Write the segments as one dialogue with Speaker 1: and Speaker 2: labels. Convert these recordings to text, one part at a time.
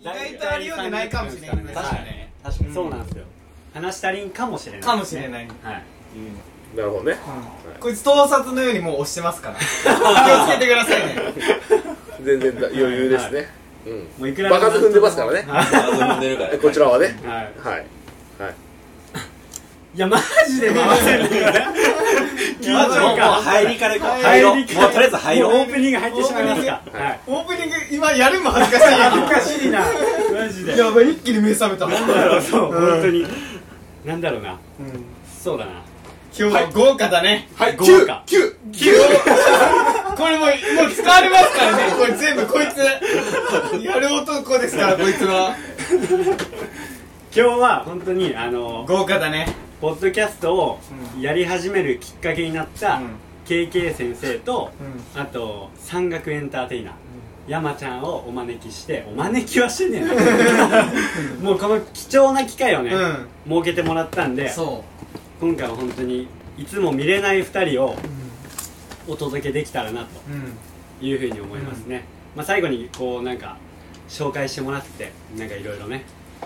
Speaker 1: 意外とありようでないかもしれない。
Speaker 2: 確かに
Speaker 3: そうなんですよ。話足りんかもしれない。
Speaker 1: かもしれない。
Speaker 3: はい。
Speaker 4: なるほどね。
Speaker 1: こいつ盗撮のようにもう押してますから。気をつけてくださいね。
Speaker 4: 全然余裕ですね。
Speaker 3: もういくら
Speaker 4: バカず踏んでますからね。
Speaker 2: 踏んでるから
Speaker 4: こちらはね。
Speaker 3: はい。
Speaker 4: はい。
Speaker 3: いやマジで回せるから
Speaker 2: もう入りからいこう。入ろう。もうとりあえず入ろう。
Speaker 3: オープニング入ってしまいますか。はい。
Speaker 1: オープニング今やるも恥ずかしい。
Speaker 3: 恥ずかしいなマジで。
Speaker 1: やばい、一気に目覚めた。
Speaker 3: なんだろう、そう本当になんだろうな。そうだな。
Speaker 1: 今日は豪華だね。
Speaker 4: はい。
Speaker 3: 豪華。
Speaker 1: 9これもう使われますからね。これ全部こいつやる男ですから、こいつは。
Speaker 3: 今日は本当に
Speaker 1: 豪華だね。
Speaker 3: ポッドキャストをやり始めるきっかけになった KK 先生と、あと山岳エンターテイナー山ちゃんをお招きして、お招きはしてねえなもうこの貴重な機会をね、設けてもらったんで、今回は本当にいつも見れない2人をお届けできたらなというふうに思いますね。まあ最後にこうなんか紹介してもらってなんかいろいろね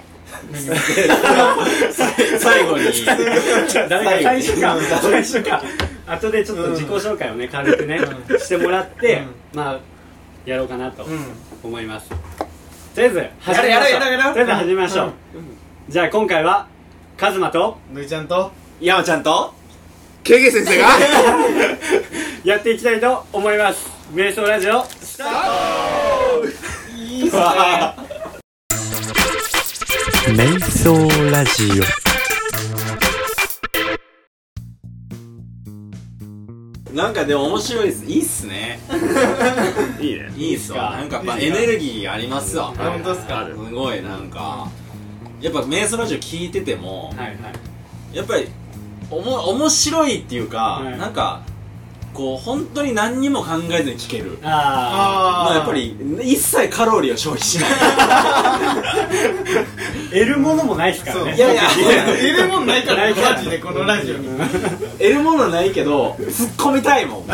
Speaker 2: 最後に
Speaker 3: 誰か最初か後でちょっと自己紹介をね軽くねしてもらってまあやろうかなと思います。とりあえず始めましょう。じゃあ今回はカズマと
Speaker 1: ぬいちゃんと
Speaker 2: 山ちゃんと
Speaker 4: KK 先生が
Speaker 3: やっていきたいと思います。瞑想ラジオスタート。
Speaker 1: いいっすね。
Speaker 5: 瞑想ラジ
Speaker 2: オ。なんかでも面白いです。いいっすね。
Speaker 4: いいね。
Speaker 2: いいっすわ。なんかやっぱエネルギーありますわ。
Speaker 1: 本当っすか。
Speaker 2: すごいなんかやっぱ瞑想ラジオ聞いててもやっぱり面白いっていうか、なんかこう本当に何にも考えずに聞ける。まあやっぱり一切カロリーを消費しない
Speaker 3: 得るものもないですからね。
Speaker 2: いや
Speaker 1: 得るもんないからマジでこのラジオに
Speaker 2: 得るものないけど突っ込みたいもん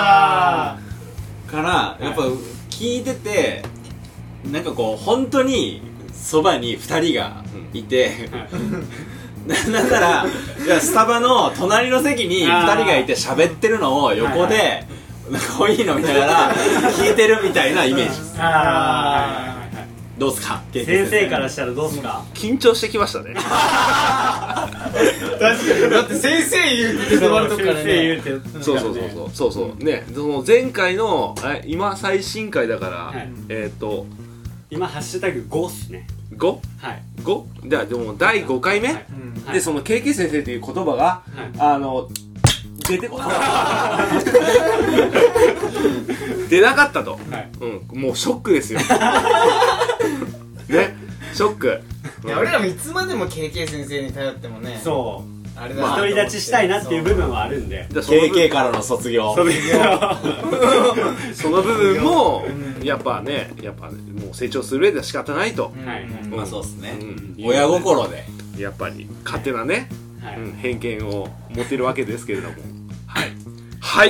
Speaker 2: からやっぱ聞いててなんかこう本当にそばに2人がいてなんならスタバの隣の席に2人がいて喋ってるのを横でコーヒー飲みながら聞いてるみたいなイメージです。どうすか
Speaker 3: 先生からしたらどうすか。
Speaker 4: 緊張してきましたね。
Speaker 1: 確かに。だって先生言うて終わるとこからね。
Speaker 4: そうね、その前回の今最新回だから
Speaker 3: 今ハッシュタグ5っすね。
Speaker 4: 5？
Speaker 3: はい。
Speaker 4: 5？ じゃあでも第5回目でその KK 先生という言葉が出てこなかった出なかったと、もうショックですよね、ショック。
Speaker 1: 俺らもいつまでも KK 先生に頼ってもね、
Speaker 3: そう
Speaker 1: あれ
Speaker 3: 独り立ちしたいなっていう部分はあるんで、
Speaker 2: KK からの卒業
Speaker 4: その部分もやっぱもう成長する上では仕方ないと。
Speaker 2: まあそうっすね、親心で
Speaker 4: やっぱり勝手なね偏見を持ってるわけですけれども、はい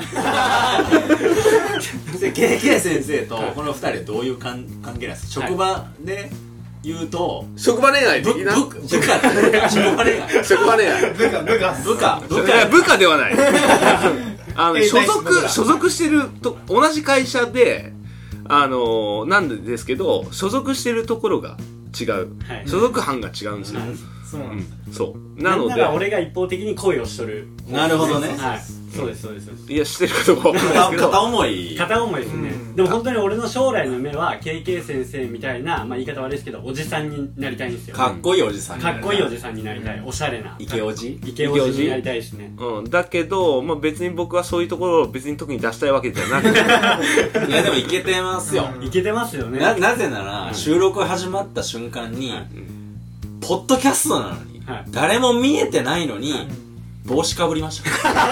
Speaker 2: KK 先生とこの2人はどういう関係なんですか。職場で言うと
Speaker 4: 職場恋愛的な
Speaker 2: 部下職場恋愛
Speaker 4: 職場恋愛部下ではない所属してると同じ会社でなんですけど所属してるところが違う、所属班が違うんですよ。そうなので
Speaker 3: 俺が一方的に恋をしとる。
Speaker 2: なるほどね。
Speaker 3: そうです。
Speaker 4: いやしてるかどうかわかんないですけど
Speaker 2: 片思い
Speaker 3: ですね。でも本当に俺の将来の夢は KK 先生みたいな、まあ言い方悪いですけどおじさんになりたいんですよ。
Speaker 2: かっこいいおじさん
Speaker 3: かっこいいおじさんになりたい。おしゃれな
Speaker 2: イケおじ
Speaker 3: になりたいですね。
Speaker 4: だけど別に僕はそういうところを別に特に出したいわけじゃなくて
Speaker 2: いやでもイケてますよ。
Speaker 3: イケてますよね。
Speaker 2: なぜなら収録始まった瞬間にポッドキャストなのに誰も見えてないのに帽子かぶりました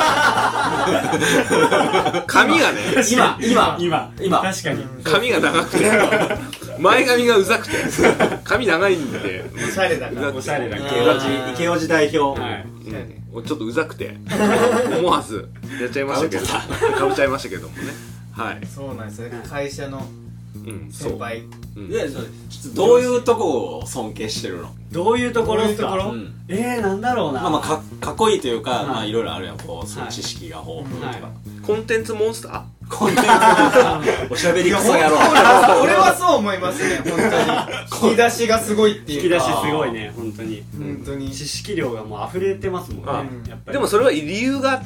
Speaker 4: 髪がね
Speaker 2: 今
Speaker 3: 確かに
Speaker 4: 髪が長くて前髪がうざくて髪長いんで
Speaker 1: おしゃれだから
Speaker 3: おしゃれだ
Speaker 2: イケオジ代表
Speaker 4: ちょっとうざくて思わずやっちゃいましたけどかぶっちゃいましたけどもね。
Speaker 1: そうなんですよ。会社の先輩。
Speaker 2: で、ちょっとどういうとこを尊敬してるの？
Speaker 3: どういうところですか？
Speaker 1: どういうところ？
Speaker 3: なんだろうな。
Speaker 2: まあかっこいいというか、まあいろいろあるやん、こう、その知識が豊富とか。
Speaker 4: コンテンツモンスター？
Speaker 2: コンテンツおしゃべりクソ野郎。
Speaker 1: 俺はそう思いますね、本当に。引き出しがすごいっていうか。
Speaker 3: 引き出しすごいね、本当に。
Speaker 1: 本当に。
Speaker 3: 知識量がもう溢れてますもんね。やっぱり。
Speaker 4: でもそれは理由があって、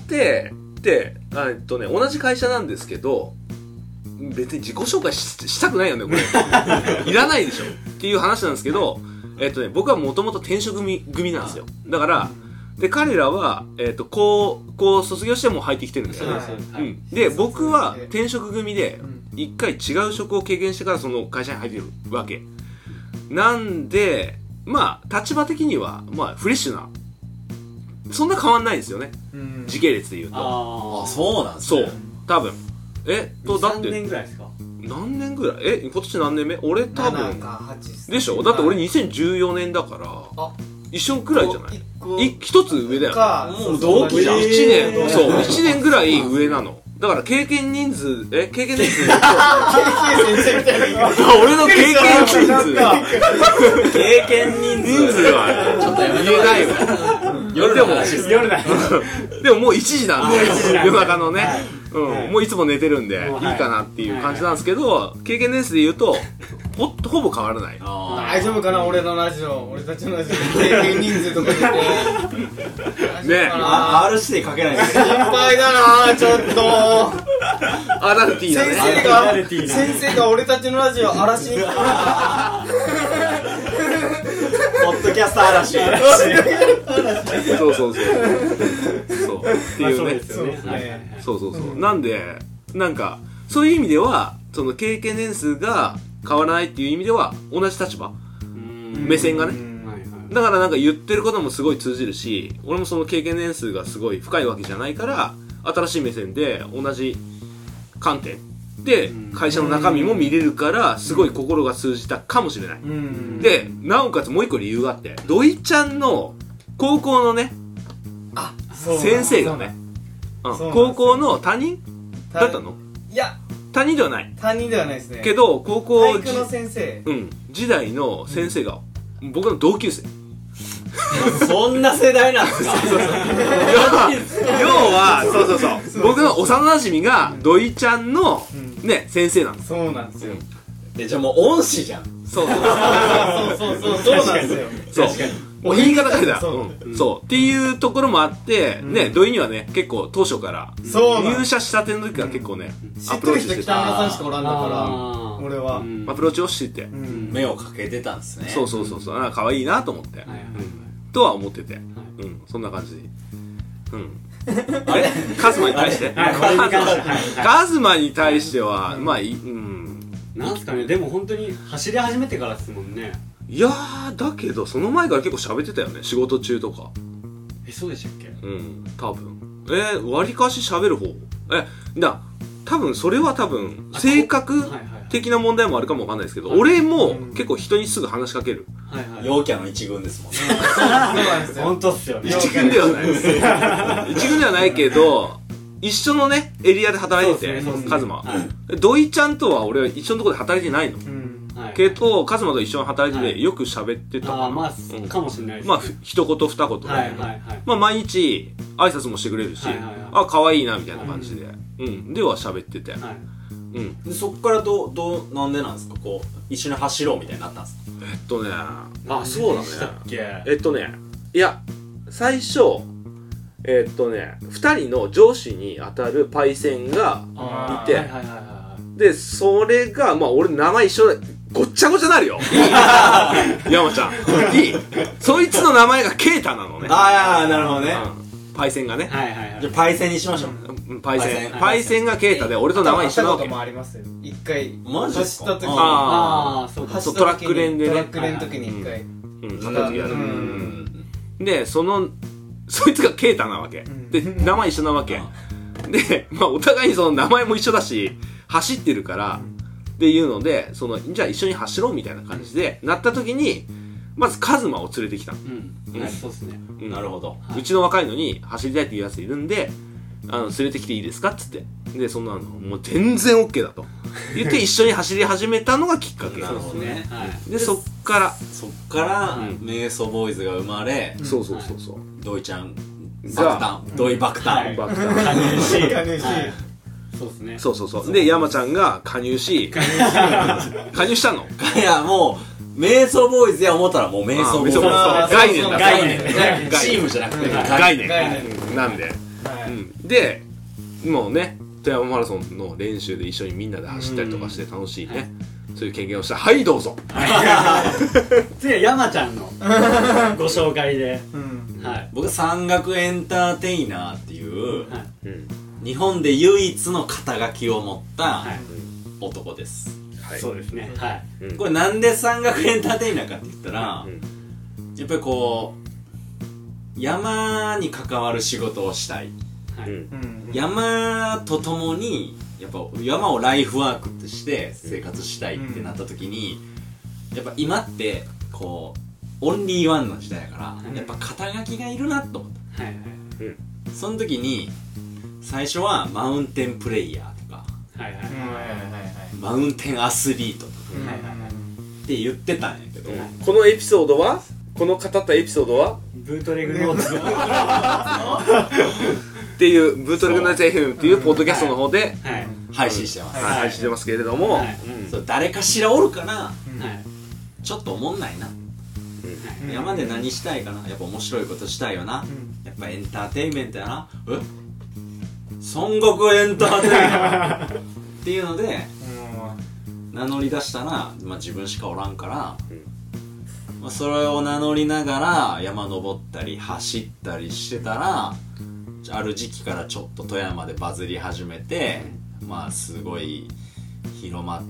Speaker 4: で、同じ会社なんですけど、別に自己紹介したくないよね、これ。いらないでしょっていう話なんですけど、僕はもともと転職組なんですよ。だから、で、彼らは、高校卒業しても入ってきてるんだよね。で、僕は転職組で、一回違う職を経験してからその会社に入ってるわけ。なんで、まあ、立場的には、まあ、フレッシュな、そんな変わんないんですよね。時系列で言うと。
Speaker 2: あ、そうなんですね。
Speaker 4: そう。多分。だって。
Speaker 3: 何年ぐらいですか？
Speaker 4: 何年ぐらい？今年何年目？俺多分。
Speaker 1: 7か8
Speaker 4: でしょ？だって俺2014年だから、一緒くらいじゃない？一つ上だよ。
Speaker 2: もう同期じゃん。
Speaker 4: 1年、そう、1年ぐらい上なの。だから経験年数経験年数俺の経験人数
Speaker 2: 経験人数
Speaker 4: はちょっと言えないわ。
Speaker 2: 夜の話です。
Speaker 3: 夜だよ。
Speaker 4: でももう1時なんで、夜中のね、
Speaker 3: はい
Speaker 4: もういつも寝てるんでいいかなっていう感じなんですけど、経験年数で言うとほぼ変わらない。
Speaker 1: 大丈夫かな、俺のラジオ、俺たちのラジオ経験人数とか言って
Speaker 4: ね、
Speaker 2: R 指定かけないで。
Speaker 1: 心配だな、ちょっと。
Speaker 4: アダルティーだね。
Speaker 1: 先生が俺たちのラジオ荒らしに来た。
Speaker 2: ポッドキャスト嵐。
Speaker 4: そうそうっていうね。そうなんで、なんかそういう意味ではその経験年数が変わらないっていう意味では同じ立場、目線がね。だからなんか言ってることもすごい通じるし、俺もその経験年数がすごい深いわけじゃないから、新しい目線で同じ観点で会社の中身も見れるから、すごい心が通じたかもしれない。で、なおかつもう一個理由があって、土井ちゃんの高校のね、先生がね、高校の担任だったの？
Speaker 1: いや、
Speaker 4: 担任ではない。
Speaker 1: 担任ではないですね。
Speaker 4: けど、高校
Speaker 1: 体育の先生。
Speaker 4: 時代の先生が、僕の同級生。
Speaker 2: そんな世代なんですか？
Speaker 4: 要は、僕の幼馴染が土井ちゃんのね、先生なんです。
Speaker 1: そうなんですよ。
Speaker 2: じゃあもう恩師じゃん。
Speaker 1: そうなんですよ。
Speaker 4: 確かに。もう言い方変えた。そうっていうところもあってね、土井にはね結構当初から入社したての時から結構ね
Speaker 1: アプローチして北村さんしかおらんだから俺は
Speaker 4: アプローチをしてて
Speaker 2: 目をかけてたんですね。
Speaker 4: そう可愛いなと思ってとは思ってて、そんな感じ。あれカズマに対してカズマに対してはまあ
Speaker 3: なんすかね、でも本当に走り始めてからですもんね。
Speaker 4: いやー、だけどその前から結構喋ってたよね、仕事中とか。
Speaker 3: そうでしたっけ？
Speaker 4: 多分わりかし喋る方。多分それは性格的な問題もあるかもわかんないですけど、俺も結構人にすぐ話しかける。
Speaker 2: 陽キャの一軍ですもんね。
Speaker 3: 本当っすよね。
Speaker 4: 一軍ではないです一軍ではないけど、一緒のねエリアで働いてて、カズマ土井ちゃんとは俺は一緒のところで働いてないのけど、カズマと一緒に働いててよく喋ってたかな。
Speaker 3: まあかもしれないです。
Speaker 4: まあ一言二言で、まあ毎日挨拶もしてくれるし、あ、可愛いなみたいな感じででは喋ってて、
Speaker 2: そっからなんでなんですか、こう一緒に走ろうみたいになったんですか？
Speaker 4: そうだね。いや、最初2人の上司に当たるパイセンがいて、でそれがまあ俺名前一緒でごっちゃごちゃなるよ。山ちゃんいい、そいつの名前がケータなのね。
Speaker 2: なるほどね。
Speaker 4: パイセンがね。
Speaker 2: じゃあパイセンにしましょう。
Speaker 4: パイセンがケータで俺と名前一緒なわけ。
Speaker 1: もありますよ。一回
Speaker 2: 走
Speaker 1: った時に、
Speaker 4: そうトラック練でね。
Speaker 1: トラック練の時に一回
Speaker 4: 片付けやる。でそいつがケータなわけ。で名前一緒なわけ。でまあお互いにその名前も一緒だし走ってるからっていうので、じゃあ一緒に走ろうみたいな感じでなった時に、まずカズマを連れてきた。
Speaker 3: そうですね。
Speaker 2: なるほど。
Speaker 4: うちの若いのに走りたいっていうやついるんで、 連れてきていいですかっつって、でそんなのもう全然 OK だと言って一緒に走り始めたのがきっかけ
Speaker 2: なるほどね。
Speaker 4: でそっから
Speaker 2: 瞑想ボーイズが生まれ、
Speaker 4: そう
Speaker 2: ドイちゃん爆誕、ドイ爆誕、
Speaker 4: バクタ
Speaker 3: 加入し
Speaker 1: 加入し
Speaker 3: そうですね。
Speaker 4: そうで山ちゃんが加入し加入したの
Speaker 2: いやもう瞑想ボーイズや思ったらもう瞑想ボーイズ、
Speaker 4: 概念だ
Speaker 3: 概念
Speaker 2: チームじゃなくて
Speaker 4: 概念
Speaker 1: 念
Speaker 4: なんで、でもうね富山マラソンの練習で一緒にみんなで走ったりとかして楽しいね、そういう経験をした。はいどうぞ。
Speaker 3: 次は山ちゃんのご紹介で、
Speaker 2: 僕山岳エンターテイナーっていう
Speaker 4: うん
Speaker 2: 日本で唯一の肩書きを持った男です。
Speaker 4: はい
Speaker 3: そうですね。はい。
Speaker 2: これなんで山岳エンターテイナーかって言ったら、やっぱりこう山に関わる仕事をしたい、山とともにやっぱ山をライフワークとして生活したいってなった時に、やっぱ今ってこうオンリーワンの時代やから、やっぱ肩書きがいるなと思った。その時に最初はマウンテンプレイヤーとかマウンテンアスリートとかって言ってたんやけど、
Speaker 4: このエピソードはこの語ったエピソードは
Speaker 3: ブートレグノーツ
Speaker 4: っていうブートレグナイツ FM っていうポッドキャストの方で
Speaker 2: 配信してます。
Speaker 4: 配信してますけれども、
Speaker 2: そう誰かしらおるかな、ちょっと思んないな、山で何したいかな、やっぱ面白いことしたいよな、やっぱエンターテインメントやな、孫悟空エンターテイナーっていうので名乗り出したら、自分しかおらんから、それを名乗りながら山登ったり走ったりしてたら、ある時期からちょっと富山でバズり始めて、すごい広まって、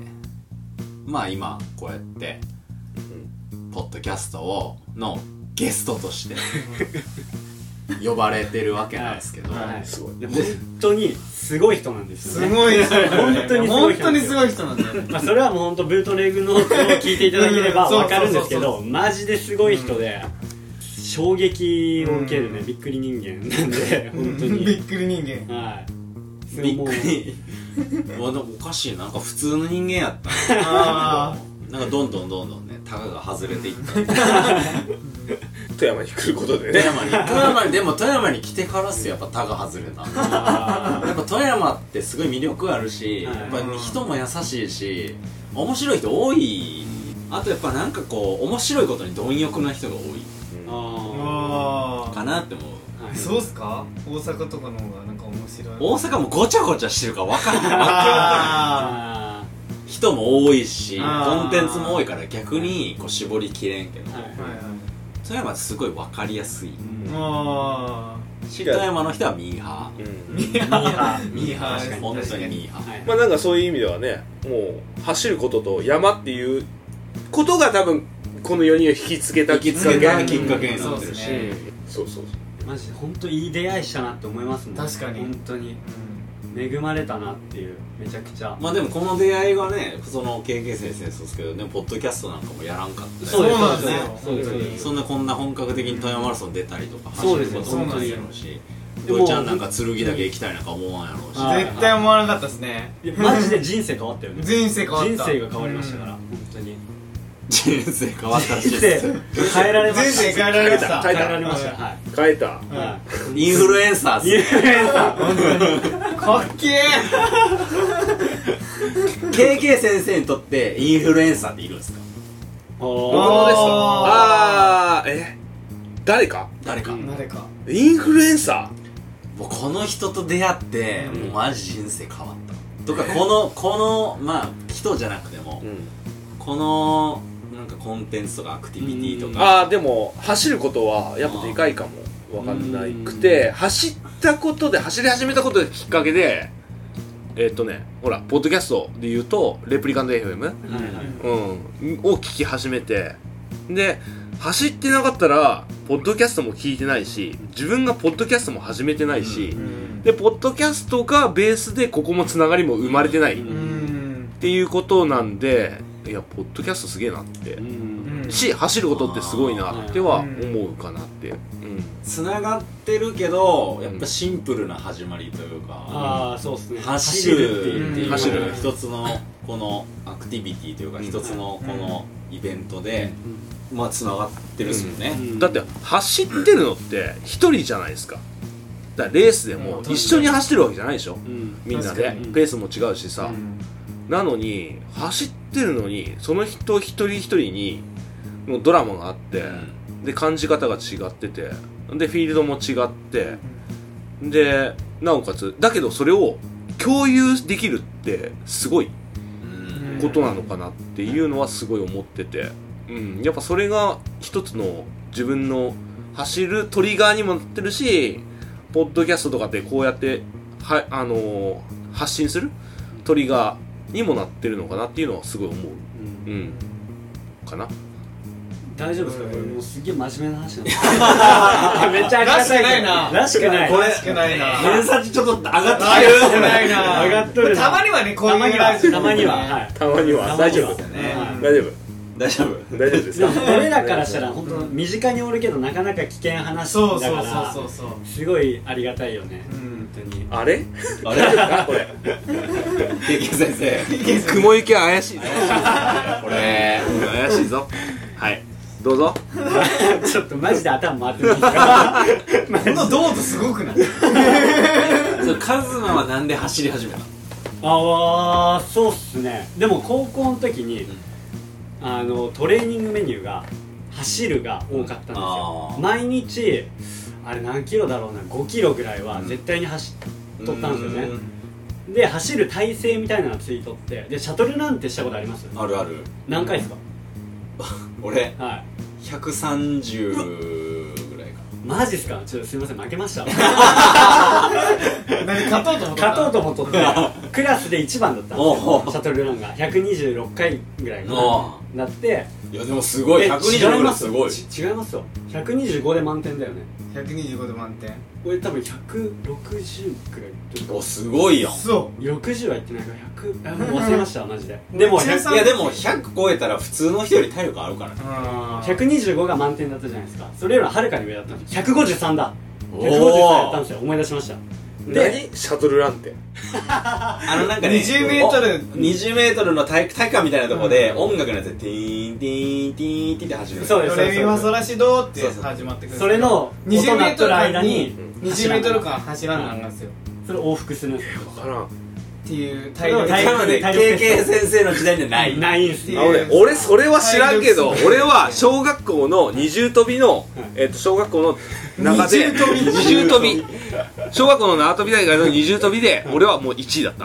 Speaker 2: 今こうやってポッドキャストのゲストとして呼ばれてるわけなんですけど、
Speaker 4: すごい
Speaker 3: 本当にすごい人なんですよね。
Speaker 1: すごい人
Speaker 3: 本当にすごい人
Speaker 1: 本当にすごい人なんだよ。
Speaker 3: それはもう本当ブートレグノーツを聞いていただければ分かるんですけど、マジですごい人で衝撃を受けるね、びっくり人間なんで、本当に
Speaker 1: びっくり人間。
Speaker 2: びっくりおかしいな、なんか普通の人間やったなんかどんどんねタガが外れていった
Speaker 4: 富山に来ることでね。
Speaker 2: 富山に来てからっすよ、やっぱタガ外れたやっぱ富山ってすごい魅力あるし、やっぱ人も優しいし面白い人多い。あとやっぱなんかこう面白いことに貪欲な人が多いかなって思う。
Speaker 1: そうっすか？大阪とかの方がなんか面白い。
Speaker 2: 大阪もごちゃごちゃしてるから分かんない人も多いしコンテンツも多いから逆にこう絞りきれんけど、富山すごい分かりやすい。富山の人はミーハー、
Speaker 1: ミーハー、
Speaker 2: 本当にミーハー。
Speaker 4: なんかそういう意味ではね、もう走ることと山っていうことが多分この4人を引きつけたきっかけになってるし、そう
Speaker 3: マジで本当いい出会いしたなって思いますもん。
Speaker 1: 確かに
Speaker 3: 本当に恵まれたなっていう、めちゃくちゃ。
Speaker 2: でもこの出会いがね、その KK 先生そうですけどね、ポッドキャストなんかもやらんかった。
Speaker 3: そう
Speaker 1: なんですよ。
Speaker 3: そうです。
Speaker 2: そんなこんな本格的に富山マラソン出たりとか走る
Speaker 3: そうですよ
Speaker 2: こともないやろうし、ドイちゃんなんか剣岳行きたいなんか思わんやろうし、
Speaker 1: 絶対思わなかったですね。
Speaker 3: マジで人生変わったよね。
Speaker 1: 人生変わった。
Speaker 3: 人生が変わりましたから、本当に。
Speaker 2: 人生変わったらしい
Speaker 3: 人
Speaker 2: です。
Speaker 3: 生変えられました。
Speaker 1: 人生変えられました。
Speaker 3: 変えられました。はい。
Speaker 4: 変えた。
Speaker 2: インフルエンサーっす
Speaker 3: インフルエンサ
Speaker 1: ー。かっけ
Speaker 2: ー。KK 先生にとってインフルエンサーっているんですか？
Speaker 4: 僕のですか？誰かインフルエンサ
Speaker 2: ー。もうこの人と出会ってもうマジ人生変わったとか、この人じゃなくても、このなんかコンテンツとかアクティビティとか、
Speaker 4: でも走ることはやっぱでかいかもわかんないくて、走り始めたことがきっかけで、ほらポッドキャストで言うとレプリカント FM、を聞き始めて、で走ってなかったらポッドキャストも聞いてないし、自分がポッドキャストも始めてないし、でポッドキャストがベースでここもつながりも生まれてないっていうことなんで、いやポッドキャストすげえなってし、走ることってすごいなっては思うかなって。
Speaker 2: つながってるけどやっぱシンプルな始まりというか、
Speaker 3: そうですね、
Speaker 2: 走るっていう
Speaker 4: 走る
Speaker 2: 一つのこのアクティビティというか一つのこのイベントでまあつながってるっすよね。
Speaker 4: だって走ってるのって一人じゃないですか。だからレースでも一緒に走ってるわけじゃないでしょ、みんなでペースも違うしさ、なのに走ってるのにその人一人一人にもうドラマがあって、で感じ方が違ってて、でフィールドも違って、でなおかつだけどそれを共有できるってすごいことなのかなっていうのはすごい思ってて、やっぱそれが一つの自分の走るトリガーにもなってるし、ポッドキャストとかでこうやって発信するトリガーにもなってるのかなっていうのはすごい思う、かな。
Speaker 3: 大丈夫ですか、これもうすげえ真面目な話なんですめっちゃありがたいけどらしくない、
Speaker 2: これ
Speaker 1: らしくないな。
Speaker 2: 偏差値ちょっと上がって
Speaker 1: らしくないな。
Speaker 3: 上がっとるな。
Speaker 1: たまにはね、こういうラジオ
Speaker 3: たまには、はい、
Speaker 4: たまには大丈夫、大丈夫
Speaker 2: 大丈夫
Speaker 4: 大丈夫です
Speaker 3: でも俺らからしたら本当身近におるけどなかなか危険話だからすごいありがたいよね、本当に。
Speaker 4: あれ
Speaker 2: あれ
Speaker 4: これ
Speaker 2: ケイ先生
Speaker 4: 雲行きは怪しいぞ
Speaker 2: これ
Speaker 4: 怪しいぞ。はいどうぞ
Speaker 3: ちょっとマジで頭回ってないですか
Speaker 1: このドートすごくない？
Speaker 2: カズマはなんで走り始めた
Speaker 3: の？そうっすね。でも高校の時にトレーニングメニューが走るが多かったんですよ。毎日あれ何キロだろうな、5キロぐらいは絶対に走っとったんですよね。で走る体勢みたいなのがついとって、でシャトルなんてしたことあります？
Speaker 2: あるある。
Speaker 3: 何回ですか？
Speaker 2: 俺、
Speaker 3: はい、
Speaker 2: 130ぐらいか。
Speaker 3: マジっすか？ちょっとすいません、負けました
Speaker 1: 何勝とうと思った？
Speaker 3: 勝とうと思っとってクラスで1番だったんですよ、シャトルランが126回ぐらいなって。い
Speaker 2: やでもすごい、125ぐすごい。
Speaker 3: 違いますよ、125で満点だよね。
Speaker 1: 125で満点。
Speaker 3: 俺多分160くらい。
Speaker 2: お、すごいよ。
Speaker 1: そう
Speaker 3: 60は言ってないから100、もう忘れましたマジで。でも
Speaker 2: いやでも100超えたら普通の人より体力あるからね。
Speaker 3: 125が満点だったじゃないですか。それよりはるかに上だったんですよ。153だ。153やったんですよ。思い出しました。
Speaker 4: でシャトルランって
Speaker 2: なんかね、20メートルの体育館みたいなとこで音楽のやつでティーンティーンティーンティーンって走る。
Speaker 3: そうです。
Speaker 1: ドレミファソラシドって始まってくる。
Speaker 3: それの
Speaker 1: 20メートル間
Speaker 3: に
Speaker 1: 20メートル間走らなあかんですよ。
Speaker 3: それ往復するんですよ。
Speaker 4: 分からん
Speaker 1: っていう体力。
Speaker 2: KK 先生の時代じゃない
Speaker 3: んすよ。
Speaker 4: 俺それは知らんけど、俺は小学校の二重跳びの小学校の中で二重跳び小学校の縄跳び大会の二重跳びで俺はもう1位だった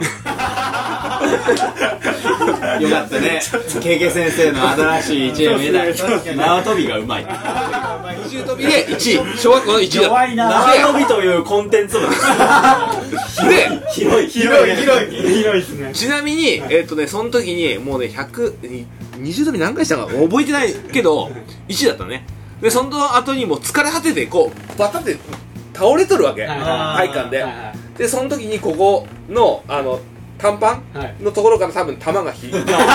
Speaker 2: よかったね。KK 先生の新しい1年目だ。縄跳びがうまい。
Speaker 4: 二重跳びで1位、小学校の1位だった。
Speaker 3: 弱いな。
Speaker 2: 縄跳びというコンテンツも
Speaker 4: で
Speaker 2: 広
Speaker 3: いっすね。
Speaker 4: ちなみにその時にもうね二重跳び何回したか覚えてないけど1位だったね。でその後にもう疲れ果ててこうバタって倒れとるわけ、体育館で。でその時にここの短パンのところから多分球が引いて球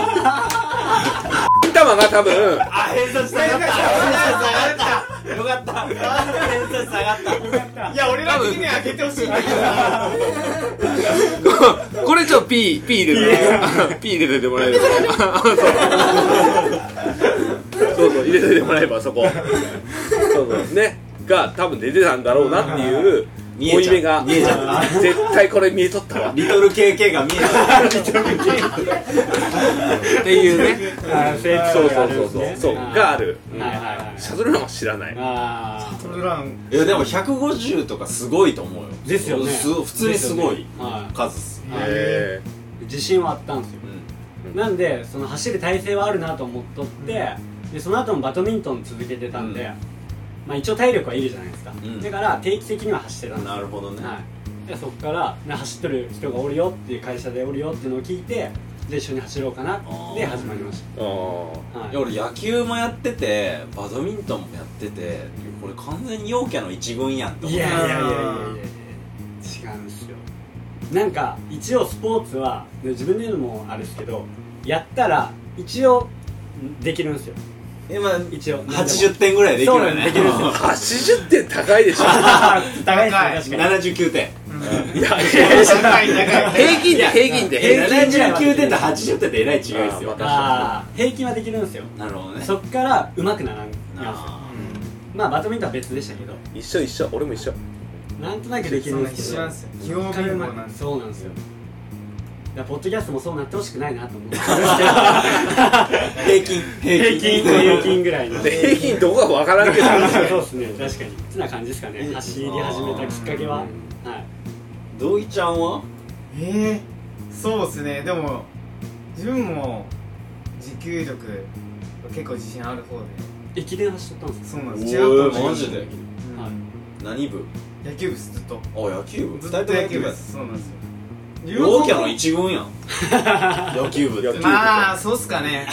Speaker 4: が多分
Speaker 2: 偏差値下がったよかった偏差値下がった
Speaker 1: いや俺ら的には上げてほしいんだ
Speaker 4: けどこれちょっとピー入れててもらえればそう入れといてもらえばそこそうねが多分出てたんだろうなっていう追い目が見えちゃう。絶対これ見えとったわ。
Speaker 2: リトル KK が見えちゃう。リトル KK
Speaker 4: っていうね。そうがある。シャトルランは知らない。
Speaker 1: シャトルラン。
Speaker 2: いやでも150とかすごいと思うよ。
Speaker 3: ですよね。
Speaker 2: 普通にすごい数っす。
Speaker 3: 自信はあったんですよ。なんでその走る体勢はあるなと思っとって、でその後もバドミントン続けてたんで。まあ一応体力はいるじゃないですか、だから定期的には走ってたんですよ。
Speaker 2: なるほどね、
Speaker 3: でそこから走ってる人がおるよっていう会社でおるよっていうのを聞いて、じゃあ一緒に走ろうかなで始まりました。
Speaker 2: 俺野球もやっててバドミントンもやってて、これ完全に陽キャの一軍やんと思って。
Speaker 3: いや違うんですよ。なんか一応スポーツは自分で言うのもあれですけど、やったら一応できるんですよ。
Speaker 2: 今
Speaker 3: 一応
Speaker 2: 80点ぐらいできるよね。
Speaker 3: そうなんですできるん
Speaker 4: 80点高いでしょ。
Speaker 3: 高いですね確かに
Speaker 2: 79点。
Speaker 4: いや、
Speaker 1: 高い高い。
Speaker 4: 平均で平均で
Speaker 2: 79点と80点ってえらい違いですよ。
Speaker 3: ああ平均はできるんですよ。
Speaker 2: なるほどね。
Speaker 3: そっから上手くならんですよ。
Speaker 2: あ
Speaker 3: まあバドミントンは別でしたけど
Speaker 4: 一緒俺も一緒。
Speaker 3: なんとなくできるんですけど
Speaker 1: 一緒なんですよ。器用貧乏なんです。
Speaker 3: そうなんですよ。だからポッドキャストもそうなってほしくないなと思うんです
Speaker 2: 平均
Speaker 3: 平均ぐらいの
Speaker 4: で平均どこかわからんけど。
Speaker 3: そうですね確かにそんな感じですかね。走り始めたきっかけははい
Speaker 2: 土井ちゃんは
Speaker 1: そうですね。でも自分も持久力結構自信ある方で。
Speaker 3: 駅伝走っとったんです
Speaker 1: そうなんです。
Speaker 2: おー
Speaker 1: 中学校の時
Speaker 2: マジで
Speaker 3: はい
Speaker 2: 何部？
Speaker 1: 野球部ですずっと。
Speaker 2: あ、野球部？
Speaker 1: ずっと野球部
Speaker 2: や
Speaker 1: です。そうなんですよ。
Speaker 2: 陽キャの一軍やん。野球部って。
Speaker 1: まあそうっすかね。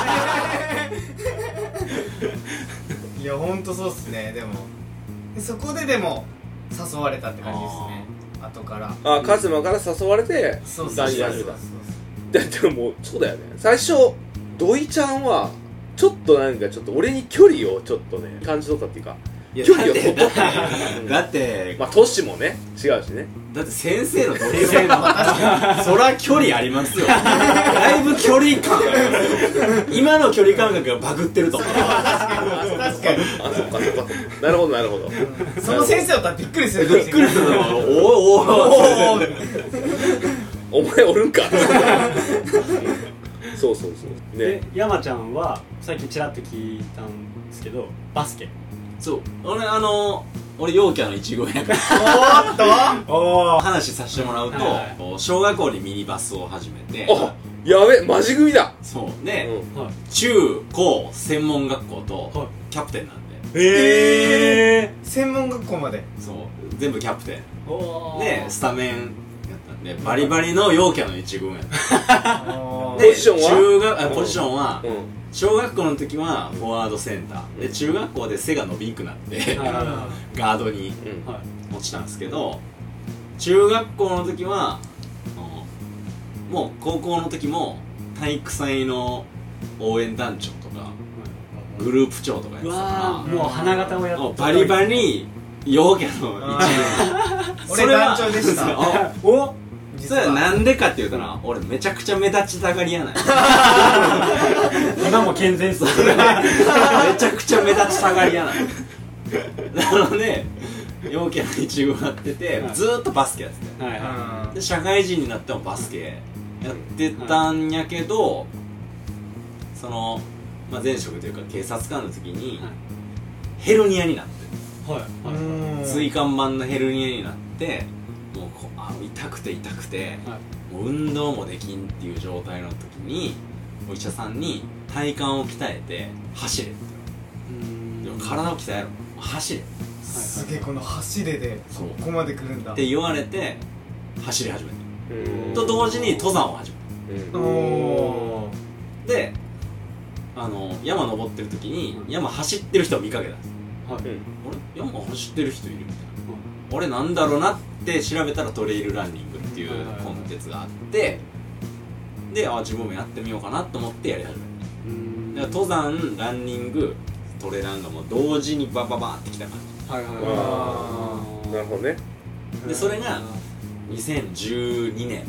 Speaker 1: いやほんとそうっすね。でもそこででも誘われたって感じですね。後から
Speaker 4: あ、カズマから誘われて
Speaker 1: そうそう
Speaker 4: 男子始め
Speaker 1: そうそう
Speaker 4: た。でもそうだよね。最初土井ちゃんはちょっとなんかちょっと俺に距離をちょっとね感じ取ったっていうか、
Speaker 2: いや
Speaker 4: 距離を取った。
Speaker 2: だって
Speaker 4: まあ年もね違うしね。
Speaker 2: だって先生の土井さんのそら距離ありますよ。だいぶ距離感ありますよ。今の距離感覚がバグってると思う。
Speaker 1: 確かに
Speaker 4: あ、そっか。なるほど。
Speaker 1: その先生だったらびっくりする。
Speaker 2: びっくりするの。おお。
Speaker 4: お前おるんか。そう
Speaker 3: で
Speaker 4: ね。
Speaker 3: 山ちゃんはさっきちらっと聞いたんですけどバスケ
Speaker 2: そう。俺陽キャの一軍やから。
Speaker 3: お
Speaker 2: 話させてもらうと、
Speaker 3: はい
Speaker 2: 小学校にミニバスを始めて、
Speaker 4: あ、やべ、マジ組だ。
Speaker 2: そうで、
Speaker 4: うん
Speaker 3: はい
Speaker 2: 中高専門学校
Speaker 3: は
Speaker 2: とキャプテンなんで、
Speaker 3: へ
Speaker 1: 専門学校まで。
Speaker 2: そう全部キャプテン
Speaker 3: お
Speaker 2: でスタメンやったんでバリバリの陽キャの一軍やった
Speaker 1: ポ
Speaker 2: で
Speaker 4: ポジションは
Speaker 2: ポジションは、
Speaker 4: うん。
Speaker 2: 小学校の時はフォワードセンターで中学校で背が伸びんくなってガードに
Speaker 4: うん。
Speaker 3: はい
Speaker 2: 落ちたんですけど、中学校の時はもう高校の時も体育祭の応援団長とかグループ長とかやって
Speaker 3: う
Speaker 2: たか
Speaker 3: わーもう花形をやって
Speaker 2: らもうバリバリ陽キャの一
Speaker 1: 俺団長でした。
Speaker 2: あ
Speaker 3: お
Speaker 2: それはなんでかって言うとな、俺めちゃくちゃ目立ちたがりやない
Speaker 3: 今も健全っす
Speaker 2: めちゃくちゃ目立ちたがりやないなので陽キャの一軍やってて
Speaker 3: はい
Speaker 2: ずーっとバスケやってて
Speaker 3: はいは
Speaker 2: で社会人になってもバスケやってたんやけど、その、まあ、前職というか警察官の時に
Speaker 3: はい
Speaker 2: ヘルニアになって、
Speaker 3: いはい
Speaker 2: 椎間板のヘルニアになってもう痛くて、
Speaker 3: はい
Speaker 2: もう運動もできんっていう状態の時にお医者さんに体幹を鍛えて走れって言うの。でも体を鍛えろ、走れ
Speaker 1: すげえこの走れで
Speaker 2: そう
Speaker 1: ここまで来るんだ。
Speaker 2: って言われて走り始めて
Speaker 4: うん
Speaker 2: と同時に登山を始め
Speaker 4: うん
Speaker 1: おー。
Speaker 2: てで山登ってる時に山走ってる人を見かけたんです。あれ山走ってる人いるみたいな、俺なんだろうなって調べたらトレイルランニングっていうコンテンツがあってで自分もやってみようかなと思ってやり始めた。だから登山ランニングトレランがもう同時にバババーってきた感
Speaker 3: はいはい
Speaker 4: あーなるほどね。
Speaker 2: じでそれが2012年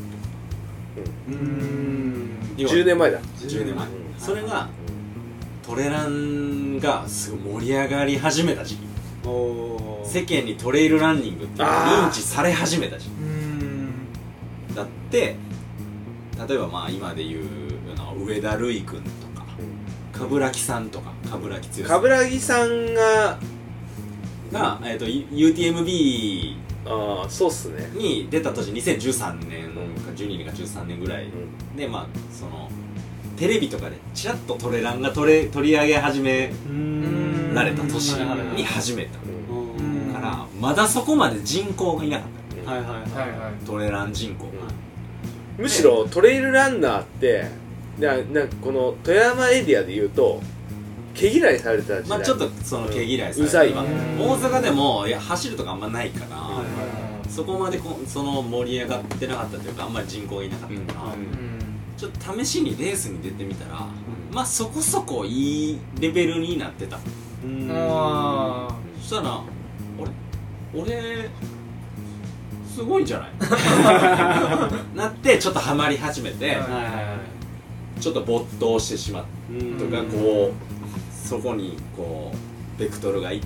Speaker 4: 10年前だ。
Speaker 2: 10年前
Speaker 4: うん
Speaker 2: それがトレランがすごい盛り上がり始めた時期、世間にトレイルランニングって認知され始めた時期だって、例えばまあ今で言う上田瑠衣君とか冠城さんとか冠城剛さん
Speaker 4: 冠城さんが
Speaker 2: が、UTMB
Speaker 4: そうっすね。
Speaker 2: に出た年2013年か12年か13年ぐらい
Speaker 4: うん
Speaker 2: で、まあそのテレビとかでチラッとトレランが取り上げ始められた年に始めたからまだそこまで人口がいなかっ
Speaker 3: はいはい
Speaker 1: はいは
Speaker 2: たトレラン人口が、
Speaker 4: むしろトレイルランナーってなんかこの富山エリアで言うと毛嫌いされた時代。
Speaker 2: まあちょっとその毛嫌いされて、
Speaker 4: うざい
Speaker 2: まあ大阪でも走るとかあんまないから、
Speaker 3: はいはい
Speaker 2: そこまでその盛り上がってなかったというかあんまり人口がいなかったから、 ちょっと試しにレースに出てみたら、まあそこそこいいレベルになってた。そしたら俺すごいんじゃないなってちょっとハマり始めて、ちょっと没頭してしまったとか、こうそこにこうベクトルがいって、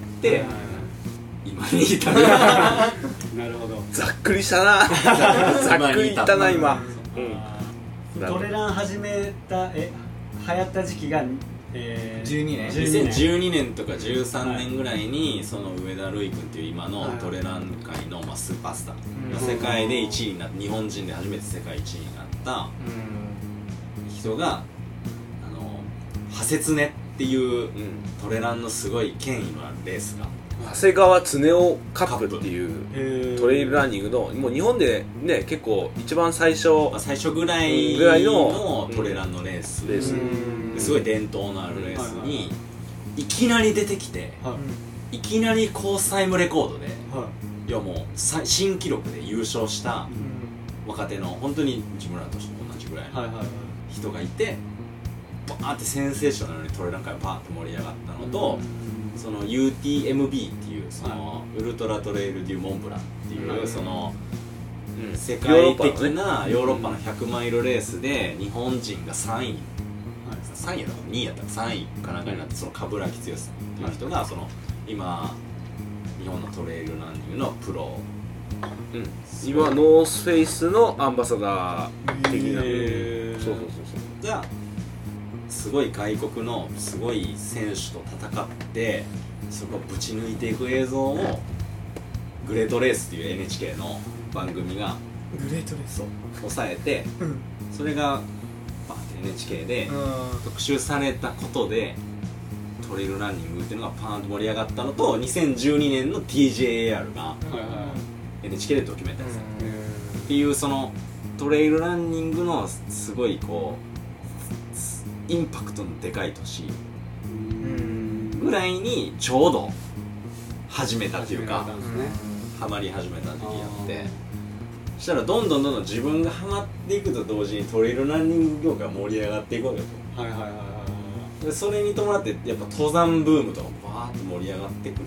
Speaker 2: 今に至る。
Speaker 3: なるほど。
Speaker 4: ざっくりしたな。ざっくりいったな今。
Speaker 3: トレラン始めた流行った時期が
Speaker 1: 12年
Speaker 2: 2012年とか13年ぐらいに、その上田瑠衣君っていう今のトレラン界のスーパースター、世界で1位になった、日本人で初めて世界1位になった人がハセツネっていうトレランのすごい権威のあるレースが、
Speaker 4: 長谷川恒夫カップっていうトレイルランニングの、もう日本でね結構一番最初
Speaker 2: ぐらいのトレランのレースすごい伝統のあるレースにいきなり出てきて、いきなりコースタイムレコードで、いやもう新記録で優勝した若手の本当に自分らと同じぐらいの人がいて、バーってセンセーショナルにトレラン界がバーって盛り上がったのと、その UTMB っていうそのウルトラトレイル・デュ・モンブランっていうその世界的なヨーロッパの100マイルレースで日本人が3位やったか2位やったか3位かなんかになって、その鏑木剛さんっていう人がその今日本のトレイルランニングのプロ、
Speaker 4: 今ノースフェイスのアンバサダー的な、
Speaker 2: そうがすごい外国のすごい選手と戦って、そこをぶち抜いていく映像をグレートレースっていう NHK の番組が
Speaker 1: グレートレースを
Speaker 2: 抑えて、それがバーって NHK で特集されたことでトレイルランニングっていうのがパーンと盛り上がったのと、2012年の TJAR が NHK でドキュメンタリーされるっていう、そのトレイルランニングのすごいこうインパクトのでかい年ぐらいにちょうど始めたっていうか、ハマり始めた時期やって、そしたらどんどん自分がハマっていくと同時にトレイルランニング業界が盛り上がっていくわけよ。でそれに伴ってやっぱ登山ブームとかバーッと盛り上がってくる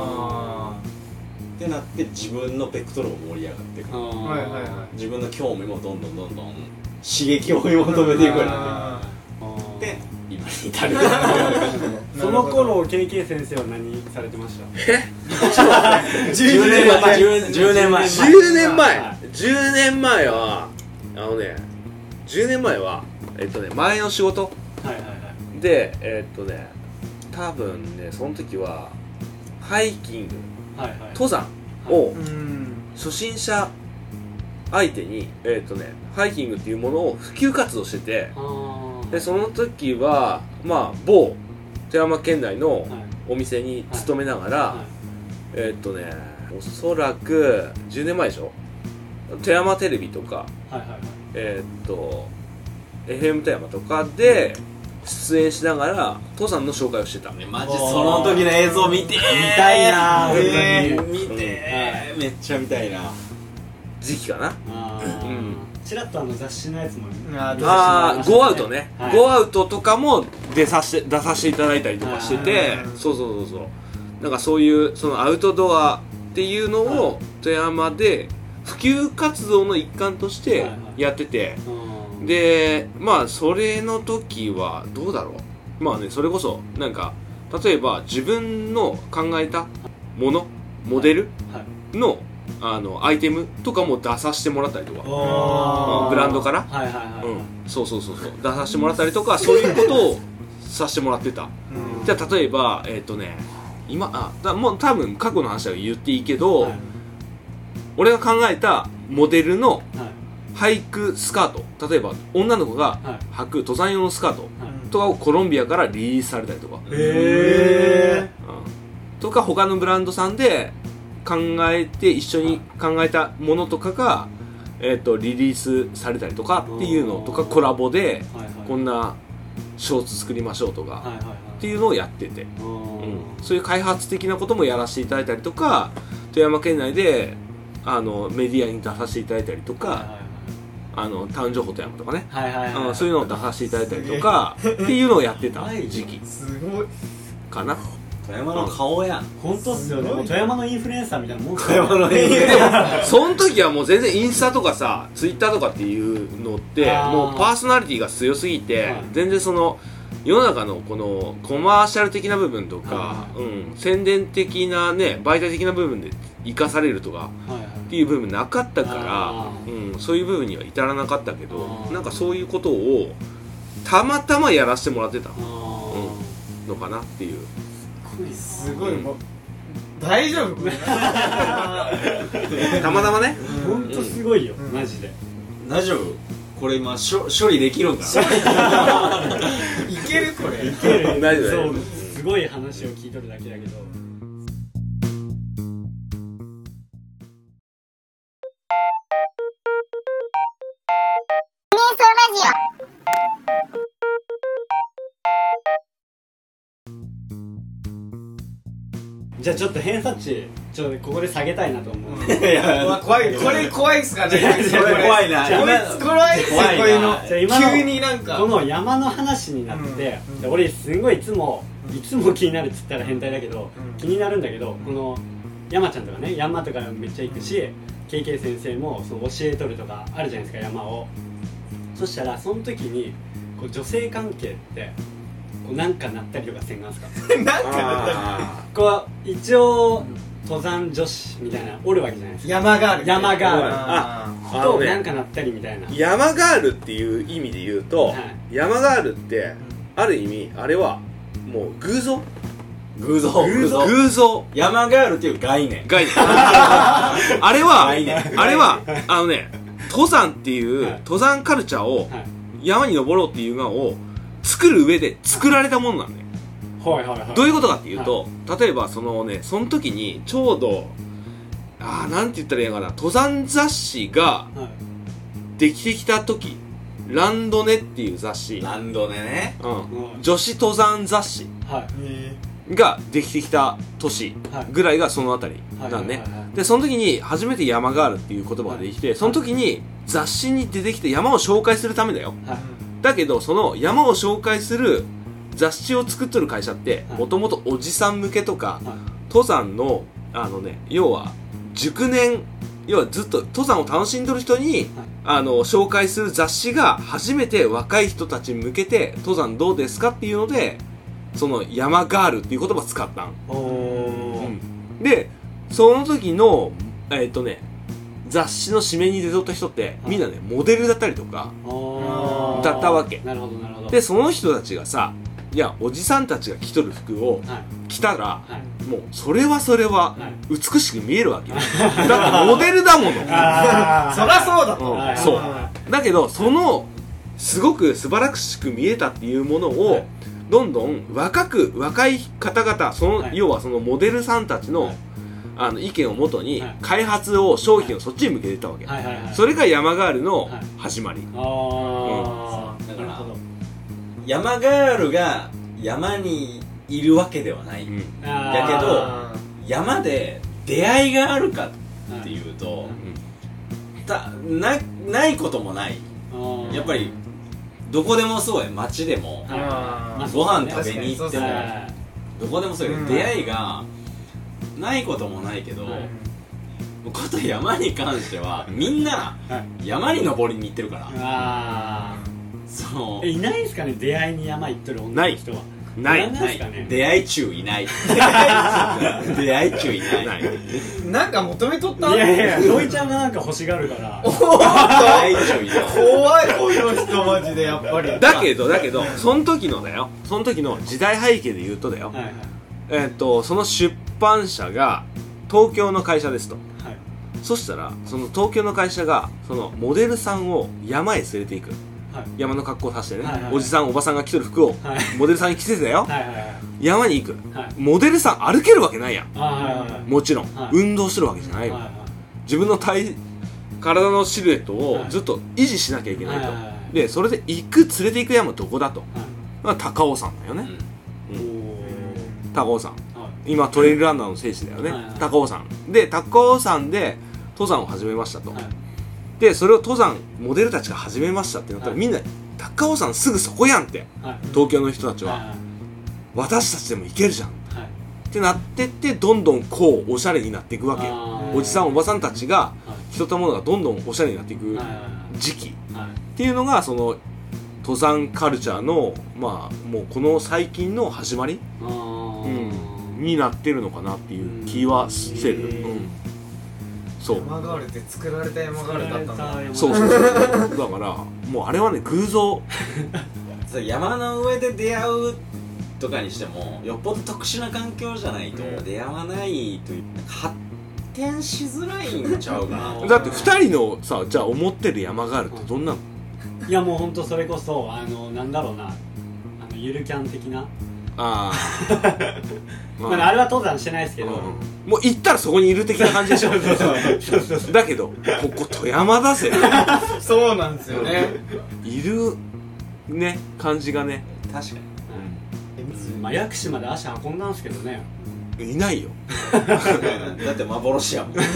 Speaker 2: ってなって、自分のベクトルも盛り上がってくる、自分の興味もどんどん刺激を追い求めていくようになってで今に至る。
Speaker 3: その頃 KK 先生は何されてました？
Speaker 2: 10
Speaker 4: 年前は10年前は前の仕事で多分ねその時はハイキング、登山を初心者相手にハイキングっていうものを普及活動してて、でその時はまあ某富山県内のお店に勤めながら、おそらく10年前でしょ、富山テレビとか、FM 富山とかで出演しながら登山の紹介をしてた。
Speaker 2: マジその時の映像見てー、見
Speaker 3: たいな
Speaker 2: ー、見てー、めっちゃ見たいな
Speaker 4: 時期かな。
Speaker 3: ちらっと雑誌のやつも
Speaker 4: ゴーアウトね、ゴーアウトとかも出させていただいたりとかしてて、そうなんかそういうそのアウトドアっていうのを富山で普及活動の一環としてやってて、でまあそれの時はどうだろう、まあねそれこそなんか例えば自分の考えたものモデルのアイテムとかも出させてもらったりとか、ブランドからそう出させてもらったりとか、そういうことをさせてもらってた。じゃあ例えば今もう多分過去の話は言っていいけど、俺が考えたモデルのハイクスカート、例えば女の子が履く登山用のスカートとかをコロンビアからリリースされたりとか、とか他のブランドさんで考えて一緒に考えたものとかが、リリースされたりとかっていうのとか、コラボでこんなショーツ作りましょうとかっていうのをやってて、そういう開発的なこともやらせていただいたりとか、富山県内でメディアに出させていただいたりとかタウン情報と山とかね、
Speaker 3: はいはいはい、
Speaker 4: そういうのを出させていただいたりとかっていうのをやってた時期
Speaker 1: すごい
Speaker 4: かな。
Speaker 2: 富山の顔やん。
Speaker 3: 本当っすよね。もう富山のインフルエンサーみたいなもん
Speaker 2: 富山の映
Speaker 4: でもその時はもう全然インスタとかさツイッターとかっていうのってもうパーソナリティが強すぎて、全然その世の中のこのコマーシャル的な部分とか、宣伝的なね媒体的な部分で生かされるとかっていう部分なかったから、そういう部分には至らなかったけど、なんかそういうことをたまたまやらせてもらってたのかなっていう。
Speaker 1: すごい、もう大丈夫
Speaker 4: たまたまね、
Speaker 3: 本当すごいよ、マジで。
Speaker 2: 大丈夫？これ今処理できるんか
Speaker 1: いけるこれ。
Speaker 3: いける。
Speaker 4: 大丈夫。
Speaker 3: そう、すごい話を聞いとるだけだけど。じゃあちょっと偏差値ここで下げたいなと思う。
Speaker 2: いや
Speaker 1: 怖い、これ怖いっすかね。
Speaker 2: これ怖いな。
Speaker 1: こいつ怖いっすよ、こういうの。急になんか
Speaker 3: この山の話になって、で俺すごいいつも気になるっつったら変態だけど、気になるんだけど、この山ちゃんとかね、山とかめっちゃ行くし、KK 先生もその教えとるとかあるじゃないですか、山を。そしたらその時にこう女性関係ってこうなんかなったりとかせんがんすか？
Speaker 1: なんかだった
Speaker 3: こう一応登山女子みたいなおるわけじゃないですか。
Speaker 1: 山ガール。
Speaker 3: 山ガールと
Speaker 4: ね
Speaker 3: なんかなったりみたいな。
Speaker 4: 山ガールっていう意味で言うと、
Speaker 3: はい、
Speaker 4: 山ガールってある意味あれはもう偶像
Speaker 2: 山ガールっていう概念
Speaker 4: あれは
Speaker 2: 概念
Speaker 4: 登山っていう登山カルチャーを山に登ろうっていうのを作る上で作られたものなんだよ。
Speaker 3: はいはいはい。
Speaker 4: どういうことかっていうと、例えばその時にちょうどなんて言ったらいいのかな、登山雑誌ができてきた時、ランドネっていう雑誌、
Speaker 2: ランドネね、
Speaker 4: 女子登山雑誌ができてきた年ぐらいがそのあたりなんね。でその時に初めて山ガールっていう言葉ができて、その時に雑誌に出てきて山を紹介するためだよ。だけどその山を紹介する雑誌を作っとる会社ってもともとおじさん向けとか、登山の要は熟年、要はずっと登山を楽しんどる人に紹介する雑誌が初めて若い人たちに向けて登山どうですかっていうので、その山ガールっていう言葉を使ったん。でその時の雑誌の紙面に出とった人ってみんなねモデルだったりとかだったわけ。
Speaker 3: なるほどなるほど。
Speaker 4: でその人たちがさ、いやおじさんたちが着とる服を着たら、もうそれは美しく見えるわけよ。だってモデルだもの。
Speaker 1: そらそうだと。
Speaker 4: そうだけどそのすごく素晴らしく見えたっていうものをどんどん若い方々、要はそのモデルさんたちの意見をもとに開発を商品をそっちに向けていったわけ。それが山ガールの始まり。
Speaker 2: だから山ガールが山にいるわけではない、だけど山で出会いがあるかっていうと、ないこともない。やっぱりどこでもそうや、街でもご飯食べに行ってもどこでもそうや、出会いがないこともないけど、こと山に関してはみんな山に登りに行ってるから。
Speaker 3: いないんすかね、出会いに山行ってる女の人は。
Speaker 4: ない
Speaker 2: 出会い中いない。出会い中いない。
Speaker 1: なんか求めとった。
Speaker 3: いやロイちゃんがなんか欲しがるから。
Speaker 2: 出会い中いない。
Speaker 1: 怖いこの人マジでやっぱり。
Speaker 4: だけどその時の時代背景で言うとだよ、その出版社が東京の会社ですと。そしたらその東京の会社がそのモデルさんを山へ連れていく。山の格好をさせてね、おじさんおばさんが着てる服をモデルさんに着せてだよ、山に行く、モデルさん歩けるわけないやん、もちろん、運動してるわけじゃないよ、自分の体のシルエットをずっと維持しなきゃいけないと、でそれで連れて行く山どこだと、高尾山だよね、高尾山、今トレイルランナーの聖地だよね、高尾山で登山を始めましたと。 でそれを登山モデルたちが始めましたってなったら、
Speaker 3: はい
Speaker 4: みんな高尾山すぐそこやんって、
Speaker 3: はい
Speaker 4: 東京の人たちは、
Speaker 3: はいはい
Speaker 4: 私たちでも行けるじゃん
Speaker 3: はい
Speaker 4: ってなってってどんどんこうおしゃれになっていくわけよ。
Speaker 3: あー
Speaker 4: おじさんおばさんたちが
Speaker 3: はい
Speaker 4: 人と物がどんどんおしゃれになっていく
Speaker 3: はいはい
Speaker 4: 時期
Speaker 3: はい
Speaker 4: っていうのがその登山カルチャーのまあもうこの最近の始まり、
Speaker 3: あー
Speaker 4: になってるのかなっていう気はしてる、そう
Speaker 1: 山ガールって作られた山ガールだったんだ。
Speaker 4: そうそうそうだからもうあれはね偶像
Speaker 2: そう山の上で出会うとかにしてもよっぽど特殊な環境じゃないと出会わないという発展しづらいんちゃうかな。
Speaker 4: だって2人のさじゃあ思ってる山ガールってどんなの？
Speaker 3: いやもうほんとそれこそなんだろうなゆるキャン的な
Speaker 4: あ
Speaker 3: まああれは登山してないですけど、
Speaker 4: もう行ったらそこにいる的な感じでしょだけどここ富山だぜ
Speaker 1: そうなんですよね。
Speaker 4: いるね感じがね
Speaker 2: 確かに
Speaker 3: まあ、薬師まで足運んだんですけどね。
Speaker 4: いないよ
Speaker 2: だって幻やもん。
Speaker 4: だ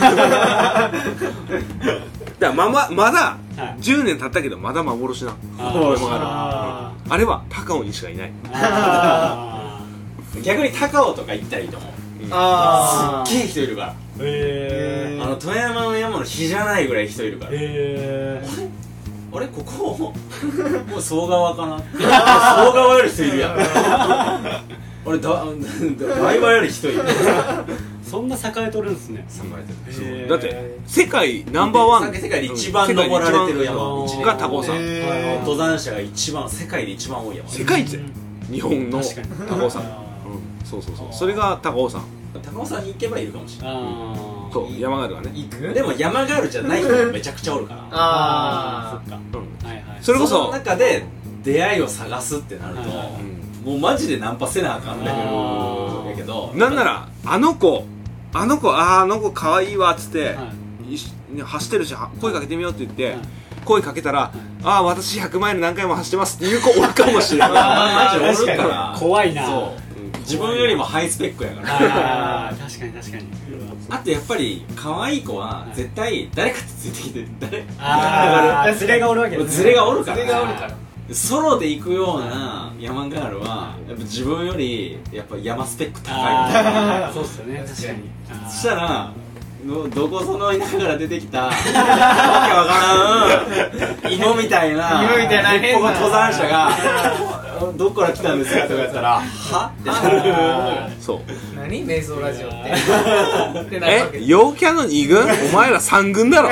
Speaker 4: からまだ
Speaker 3: はい
Speaker 4: 10年経ったけどまだ幻な
Speaker 3: あ
Speaker 4: あれは高尾にしかいない
Speaker 3: あ
Speaker 2: 逆に高尾とか行ったらいいと思う。
Speaker 1: あ
Speaker 2: すっげえ人いるから。
Speaker 3: へえ
Speaker 2: 富山の山の日じゃないぐらい人いるから。
Speaker 3: へ
Speaker 2: あれここもう総川かな。総川より人いるやん。俺台場より人いる。
Speaker 3: そんな栄えとるんですね。
Speaker 2: 栄えてる。
Speaker 4: だって世界ナンバーワン
Speaker 2: 世界で一番登られてる山
Speaker 4: が高尾山
Speaker 2: 登山者が一番世界で一番多い山。
Speaker 4: 世界一だよ日本の
Speaker 3: 確かに
Speaker 4: 高尾山そうそうそうそれが高尾山
Speaker 2: 高尾山に行けばいるかもしれない。
Speaker 3: あ
Speaker 4: そう山ガールがね
Speaker 1: 行く？
Speaker 2: でも山ガールじゃない人もめちゃくちゃおるから。
Speaker 1: あ
Speaker 3: そっか
Speaker 4: うん
Speaker 3: はいはい
Speaker 4: それこそ
Speaker 2: の中で出会いを探すってなるともうマジでナンパせなあかんレベルやけど、
Speaker 4: なんならあの子可愛いわっつって走ってるし声かけてみようって言って声かけたら私100マイル何回も走ってますっていう子おるかもしれない
Speaker 2: マジおるから
Speaker 3: 怖いな
Speaker 2: そう自分よりもハイスペックやから
Speaker 3: あー確かに確かに
Speaker 2: あとやっぱり可愛い子は絶対誰かとついてきて誰
Speaker 3: ああ連れがおるわけですね
Speaker 2: 連れがおるから
Speaker 1: それがおるから。
Speaker 2: ソロで行くような山ガールはやっぱ自分よりやっぱ山スペック高い
Speaker 3: あーそうっすよね確かに
Speaker 2: そしたらどこその田舎から出てきたわけわからん芋みたいな変な登山者がどこから来たんですかとか言ったらはってなる
Speaker 4: そう
Speaker 1: 何瞑想ラジオってってなるわけ。
Speaker 4: 陽キャの2軍お前ら3軍だろ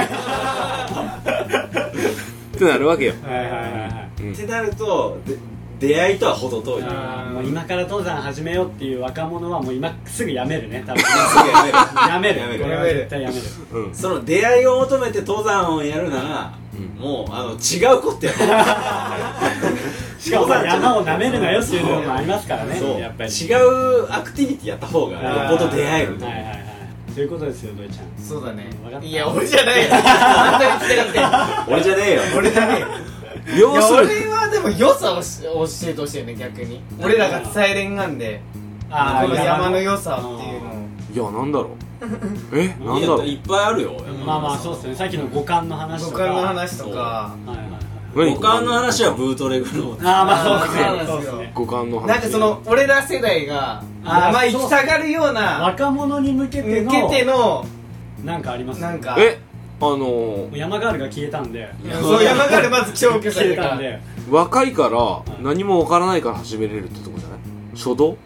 Speaker 4: ってなるわけよ
Speaker 3: はいはいはいはい
Speaker 2: ってなると出会いとは程遠い
Speaker 3: もう今から登山始めようっていう若者はもう今すぐやめるね多分やめるこれは絶対やめる
Speaker 2: その出会いを求めて登山をやるならもう違うことやる
Speaker 3: しかも山を舐めるなよっていうのもありますからね
Speaker 2: そう
Speaker 3: やっぱり
Speaker 2: 違うアクティビティやった方がよっぽど出会えると
Speaker 3: はいはいはいということですよドイちゃん
Speaker 1: そうだね
Speaker 3: 分かった。
Speaker 1: いや俺じゃないよ。あんたに来てなくて。
Speaker 2: 俺じゃねえよ
Speaker 1: 俺じゃねえよ。いや
Speaker 4: 要するに
Speaker 1: 俺はでも良さを教えてほしいよね逆に。俺らが伝えれんがんでこの山の良さっていうのを。
Speaker 4: いやなんだろうなんだろう
Speaker 2: いっぱいあるよ
Speaker 3: まあまあそうっすねさっきの五感の話とか
Speaker 1: 五感の話とか。
Speaker 3: はいはいはい
Speaker 2: 五感の話はブートレグの
Speaker 3: ああまあ
Speaker 1: そうなんですよ
Speaker 4: 五感の話
Speaker 1: なんかその俺ら世代が山行きたがるような
Speaker 3: 若者に向けて
Speaker 1: の
Speaker 3: なんかあります
Speaker 1: なんか
Speaker 3: 山ガールが消えたんで
Speaker 1: そう山ガールまず消去さ
Speaker 3: 消
Speaker 1: れたから
Speaker 3: えたんで
Speaker 4: 若いから何もわからないから始めれるってとこじゃない初動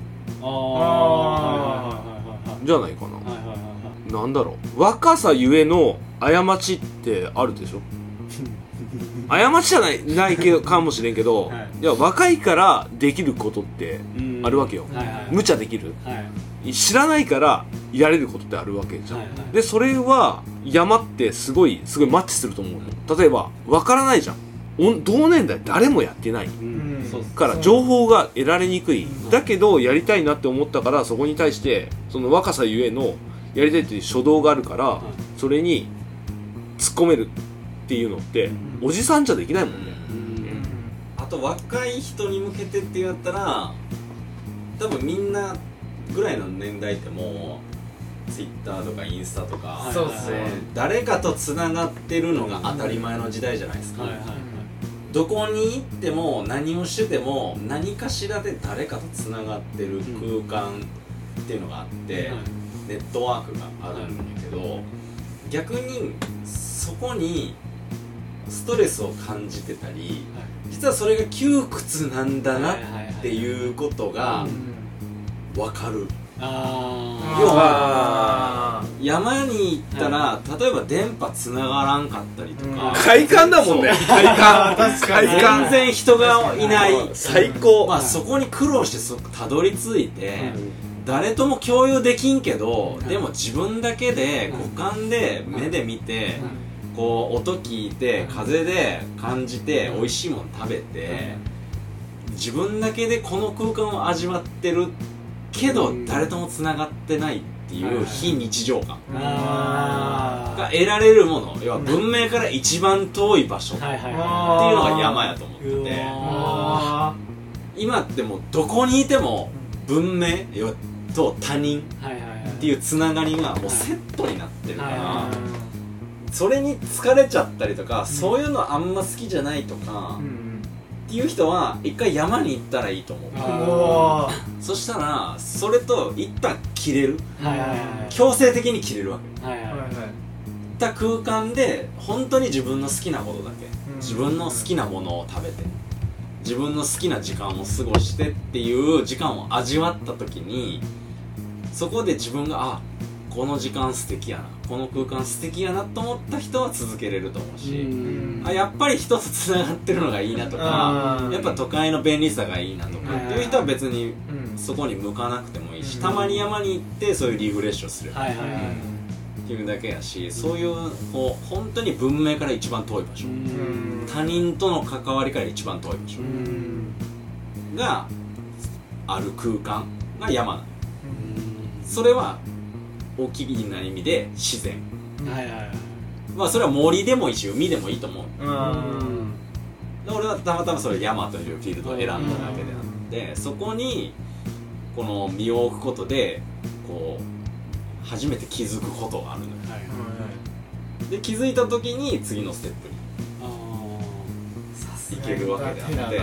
Speaker 3: ああ
Speaker 4: じゃないかな
Speaker 3: はいはいはいはい
Speaker 4: なんだろう若さゆえの過ちってあるでしょ過ちじゃないけどかもしれんけど、いや若いからできることってあるわけよ、
Speaker 3: はいはい
Speaker 4: 無茶できる、
Speaker 3: はい
Speaker 4: 知らないからやれることってあるわけじゃん、
Speaker 3: はいはい
Speaker 4: でそれは山ってすごいマッチすると思うの。例えば分からないじゃん同年代誰もやってない
Speaker 3: うんそうっす
Speaker 4: から情報が得られにくい、だけどやりたいなって思ったからそこに対してその若さゆえのやりたいっていう初動があるから、それに突っ込めるっていうのっておじさんじゃできないもんね、
Speaker 2: あと若い人に向けてって言ったら多分みんなぐらいの年代ってもうツイッターとかインスタとか、
Speaker 1: そうっすね。
Speaker 2: 誰かとつながってるのが当たり前の時代じゃないですか、
Speaker 3: はいはいはい
Speaker 2: どこに行っても何をしてても何かしらで誰かとつながってる空間っていうのがあって、ネットワークがあるんだけど、逆にそこにストレスを感じてたり、実はそれが窮屈なんだなっていうことが分かる。
Speaker 3: あ
Speaker 2: 要は
Speaker 1: あ
Speaker 2: 山に行ったら、例えば電波つながらんかったりとか、
Speaker 4: 快感だもんね。快感。
Speaker 1: 確かに
Speaker 2: 全
Speaker 4: 快感。
Speaker 2: 然人がいない、
Speaker 4: 最高。
Speaker 2: まあそこに苦労してたどり着いて、誰とも共有できんけど、でも自分だけで五感で目で見て、こう音聞いて風で感じて美味しいもの食べて、自分だけでこの空間を味わってるけど誰ともつながってないっていう非日常感が得られるもの、要は文明から一番遠い場所っていうのが山やと思ってて、
Speaker 1: あ
Speaker 2: 今ってもうどこにいても文明と他人っていうつながりがもうセットになってるから、それに疲れちゃったりとか、そういうのあんま好きじゃないとかっていう人は一回山に行ったらいいと思う。
Speaker 1: おー
Speaker 2: そしたらそれと一旦切れる、
Speaker 3: はい
Speaker 2: 強制的に切れるわけ。
Speaker 3: はい
Speaker 1: はいはい
Speaker 2: った空間で本当に自分の好きなことだけ、自分の好きなものを食べて自分の好きな時間を過ごしてっていう時間を味わった時に、そこで自分がこの時間素敵やな、この空間素敵やなと思った人は続けれると思うし、やっぱり人とつながってるのがいいなとか、やっぱ都会の便利さがいいなとかっていう人は別にそこに向かなくてもいいし、たまに山に行ってそういうリフレッシュをするっていうだけやし、そういうこう本当に文明から一番遠い場所、他人との関わりから一番遠い場所がある空間が山なの。それは大きな意味で自然、まあそれは森でもいいし海でもいいと思う。で俺はたまたまそれ山というフィールドを選んだだけであって、そこにこの身を置くことでこう初めて気づくことがあるのよ。で気づいた時に次のステップに行けるわけであって、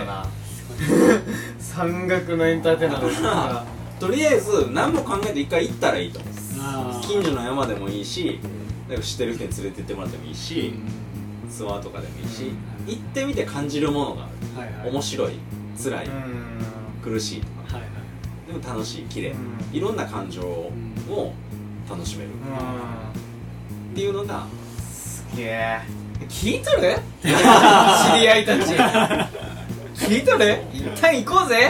Speaker 1: 山岳のエンターテイナーだから
Speaker 2: とりあえず何も考えて一回行ったらいいと思う。近所の山でもいいし、知ってる人に連れて行ってもらってもいいし、ツアーとかでもいいし、行ってみて感じるものがある。面白い、辛い、苦しいとか、でも楽しい、綺麗、いろんな感情を楽しめるっていうのが
Speaker 1: すげえ。聞いとる知り合いたち聞いとる、一旦行こうぜ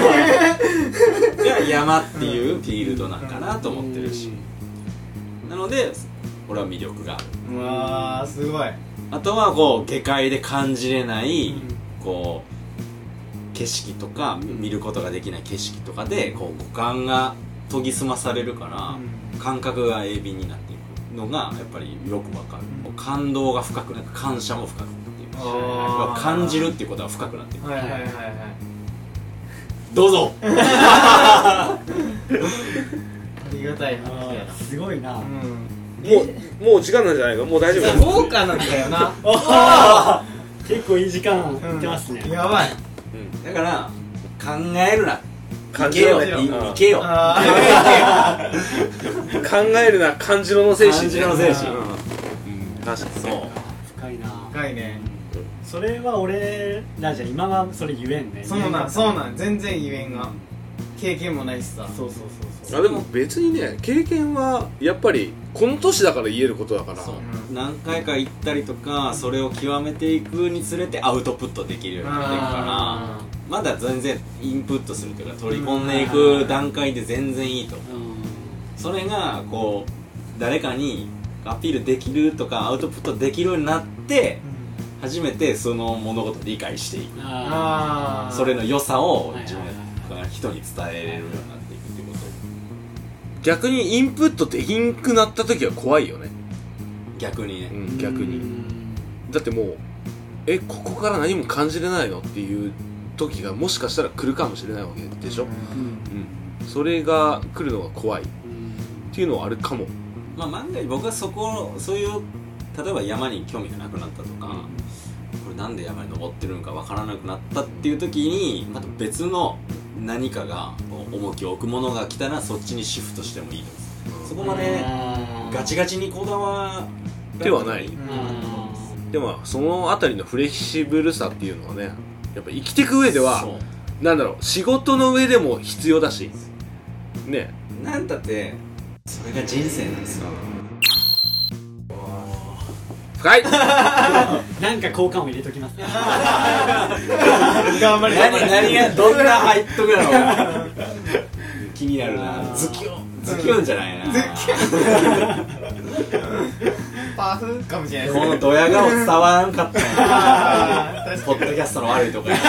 Speaker 2: が山っていうフィールドなんかなと思ってるし、なので俺は魅力がある。
Speaker 1: うわーすごい。
Speaker 2: あとはこう下界で感じれないこう景色とか、見ることができない景色とかでこう五感が研ぎ澄まされるから、感覚が鋭敏になっていくのがやっぱりよくわかる。感動が深くなって感謝も深くなっていくし、感じるっていうことは深くなっていく。
Speaker 1: はいはいはいはい。
Speaker 2: どうぞ
Speaker 1: ありがたい話やな。
Speaker 3: すごいな。
Speaker 4: もう時間なんじゃないか。もう大丈夫。
Speaker 1: 豪華なんだよな。
Speaker 3: 結構いい時間いってますね。
Speaker 1: やばい。
Speaker 2: だから考えるな、
Speaker 4: 感じろね。
Speaker 2: 行けよ、
Speaker 4: 考えるな、感じろの精神。
Speaker 2: 感じろの精神。
Speaker 4: 確かに
Speaker 2: そう
Speaker 3: 深いな。
Speaker 1: 深いね。
Speaker 3: それは俺らじゃ今はそれ言えんね。
Speaker 1: そうなん全然言えんが、経験もないしさ。
Speaker 3: そう
Speaker 4: でも別にね、経験はやっぱりこの年だから言えることだから。
Speaker 2: そう、何回か行ったりとかそれを極めていくにつれてアウトプットできるようになっていくから、まだ全然インプットするというか取り込んでいく段階で全然いいと思う。それがこう誰かにアピールできるとかアウトプットできるようになって初めてその物事を理解していく、それの良さを自分が人に伝えれるようになっていくっていうこと。
Speaker 4: 逆にインプットできんくなった時は怖いよね。
Speaker 2: 逆にね、
Speaker 4: 逆に。だってもうここから何も感じれないのっていう時がもしかしたら来るかもしれないわけでしょ。それが来るのが怖いってっていうのはあるかも。
Speaker 2: まあ万が一僕はそういう例えば山に興味がなくなったとか、これなんで山に登ってるのかわからなくなったっていう時にまた別の何かが重きを置くものが来たらそっちにシフトしてもいいと思います。そこまでガチガチにこだわ
Speaker 4: ではない。でもそのあたりのフレキシブルさっていうのはね、やっぱ生きていく上ではなんだろう、仕事の上でも必要だしね。
Speaker 2: なんだってそれが人生なんですよ。
Speaker 4: 深い
Speaker 3: なんか効果音入れときます。
Speaker 1: 頑張れ
Speaker 2: 何がどんな入っとくやろうか気になるな。ズキュンじゃないな。
Speaker 1: パフかもしれない
Speaker 2: このドヤ顔伝わらんかったんやポッドキャストの悪いとこや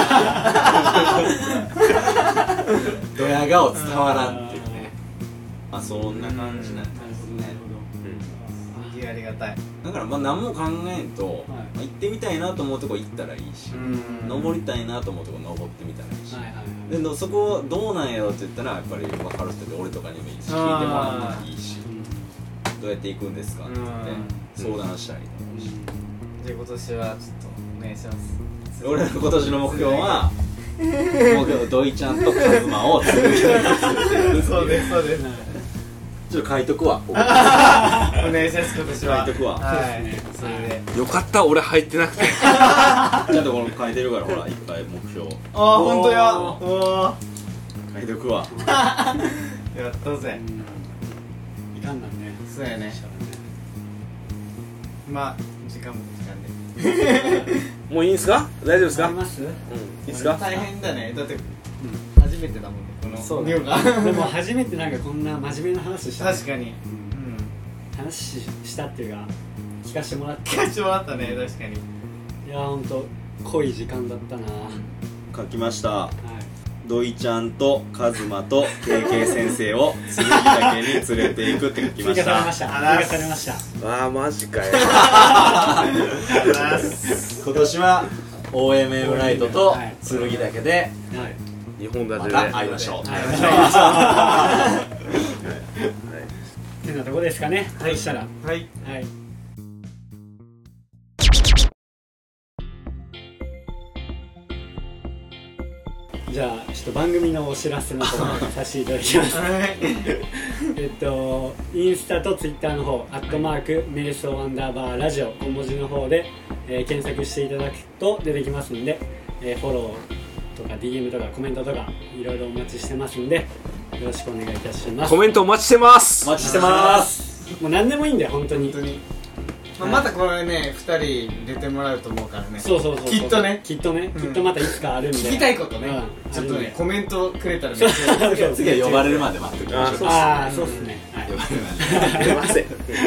Speaker 2: ドヤ顔伝わらんっていうね。まあそんな感じなんですね。
Speaker 1: ありがたい。
Speaker 2: だからまあ何も考えんと、まあ、行ってみたいなと思うとこ行ったらいいし、登りたいなと思うとこ登ってみたらいいし、でそこどうなんやろって言ったらやっぱり分かる人で俺とかにもいいし、聞いてもらうのもいいし、どうやって行くんですかって言って相談したりとかし、
Speaker 1: じゃあ今年はちょっとお願いします。
Speaker 2: 俺の今年の目標は土井ちゃんとカズマを続けて
Speaker 1: そうですそうです。
Speaker 2: ちょっと書いとくわ。
Speaker 1: お願いします今年は。
Speaker 2: 書いとくわ。
Speaker 1: はい。それで。
Speaker 4: よかった俺入ってなくて。
Speaker 2: ちゃんとこの書いてるからほらいっぱい目標。
Speaker 1: ああ本当や。お
Speaker 2: 書いとくわ。
Speaker 1: やったぜ。
Speaker 3: いかんなんね。
Speaker 1: そうやね。まあ時間も時間で。
Speaker 4: もういいんすか？大丈夫ですか？
Speaker 3: あります？
Speaker 4: いいですか？
Speaker 1: 大変だね。だって初めてだもんねこの
Speaker 3: そう
Speaker 1: 量が。
Speaker 3: でも初めてなんかこんな真面目な話した。
Speaker 1: 確かに。
Speaker 3: 話したっていうか聞かせてもらって。
Speaker 1: 聞かせてもらったね確かに。
Speaker 3: いや本当濃い時間だったな。
Speaker 2: 書きました。
Speaker 3: はい。
Speaker 2: 土井ちゃんとカズマと KK 先生を剣岳に連れて行くって書きまし
Speaker 3: 追加されま
Speaker 2: た。
Speaker 3: した。追加されました。
Speaker 4: ああマジかよ。
Speaker 2: 今年は OMM ライトと
Speaker 3: はい
Speaker 2: 剣岳で
Speaker 3: はい。
Speaker 4: 日本立
Speaker 2: ま
Speaker 4: てで。
Speaker 2: た会いましょう。
Speaker 3: ってなとこですかね。そしたら
Speaker 1: はい。
Speaker 3: はい。じゃあちょっと番組のお知らせの方をさせていただきますインスタとツイッターの方瞑想_ラジオ小文字の方で、検索していただくと出てきますんで、フォローとか DM とかコメントとかいろいろお待ちしてますんでよろしくお願いいたします。
Speaker 4: コメントお待ちしてます。
Speaker 2: お待ちしてます。
Speaker 3: もう何でもいいんだよ本当に。
Speaker 1: 本当に。またこれね2人出てもらうと思うからね。
Speaker 3: そう
Speaker 1: きっとね
Speaker 3: きっとまたいつかあるんで
Speaker 1: 聞きたいことね、ちょっとねコメントくれたらめっちゃ
Speaker 2: 次は呼ばれるまで待っておきましょう。
Speaker 3: ああそうっすね、はい、
Speaker 2: 呼ばれるまで。
Speaker 4: 出ません。はい。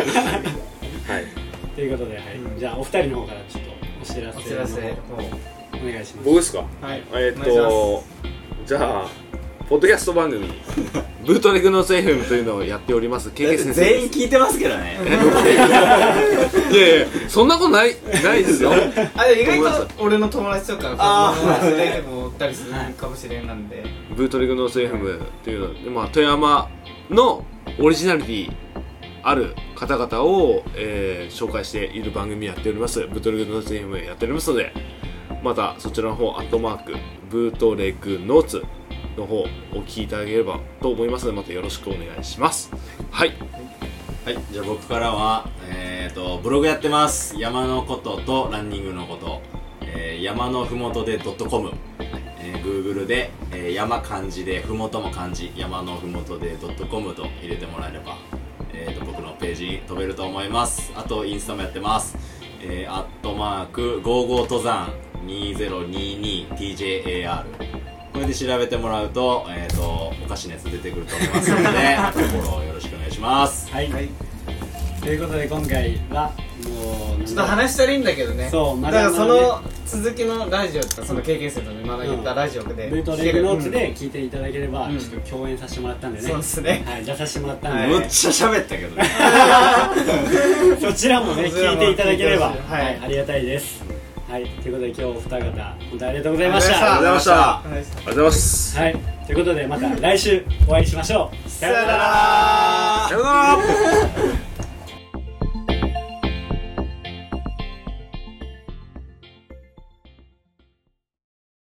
Speaker 3: ということで、はい、じゃあお二人の方からちょっとお知らせ
Speaker 1: お知らせ
Speaker 3: の方お願いします。
Speaker 4: 僕ですか？
Speaker 1: はい
Speaker 4: じゃあポッドキャスト番組ブートレグノーツ FM というのをやっております KK 先生
Speaker 2: 全員聞いてますけどね。
Speaker 4: いやいやそんなことないですよ。
Speaker 1: あれ意外と俺の友達とか友達でもおったりするかもしれんなんで
Speaker 4: ブートレグノーツ FM というので、まあ、富山のオリジナリティある方々を、紹介している番組やっておりますブートレグノーツ FM やっておりますのでまたそちらの方ブートレグノーツの方お聞きいただければと思いますのでまたよろしくお願いします。はい
Speaker 2: はい、じゃあ僕からは、ブログやってます。山のこととランニングのこと、山のふもとで.com、Google で、山漢字でふもとも漢字山のふもとで.com と入れてもらえれば、僕のページに飛べると思います。あとインスタもやってます。@55登山2022TJARこれで調べてもらうと、おかしなやつ出てくると思いますのでフォローよろしくお願いします。
Speaker 3: はい、ということで今回はもう
Speaker 1: ちょっと話したらいいんだけどね。
Speaker 3: そう
Speaker 1: だからその続きのラジオとその経験生と今の言ったラジオで
Speaker 3: ブートレグノーツで聞いていただければちょっと共演させてもらったんでね。
Speaker 1: そうですね。
Speaker 3: はい、出させてもらったんで
Speaker 2: むっちゃ喋ったけどね
Speaker 3: そちらもね聞いていただければ
Speaker 1: はい
Speaker 3: ありがたいです。はい、ということで今日お二方本当にありがとうございました。
Speaker 4: ありがとうございました。
Speaker 1: はい
Speaker 4: ありがとうございます。
Speaker 3: はい、ということでまた来週お会いしましょう。
Speaker 1: さよなら。
Speaker 4: さよなら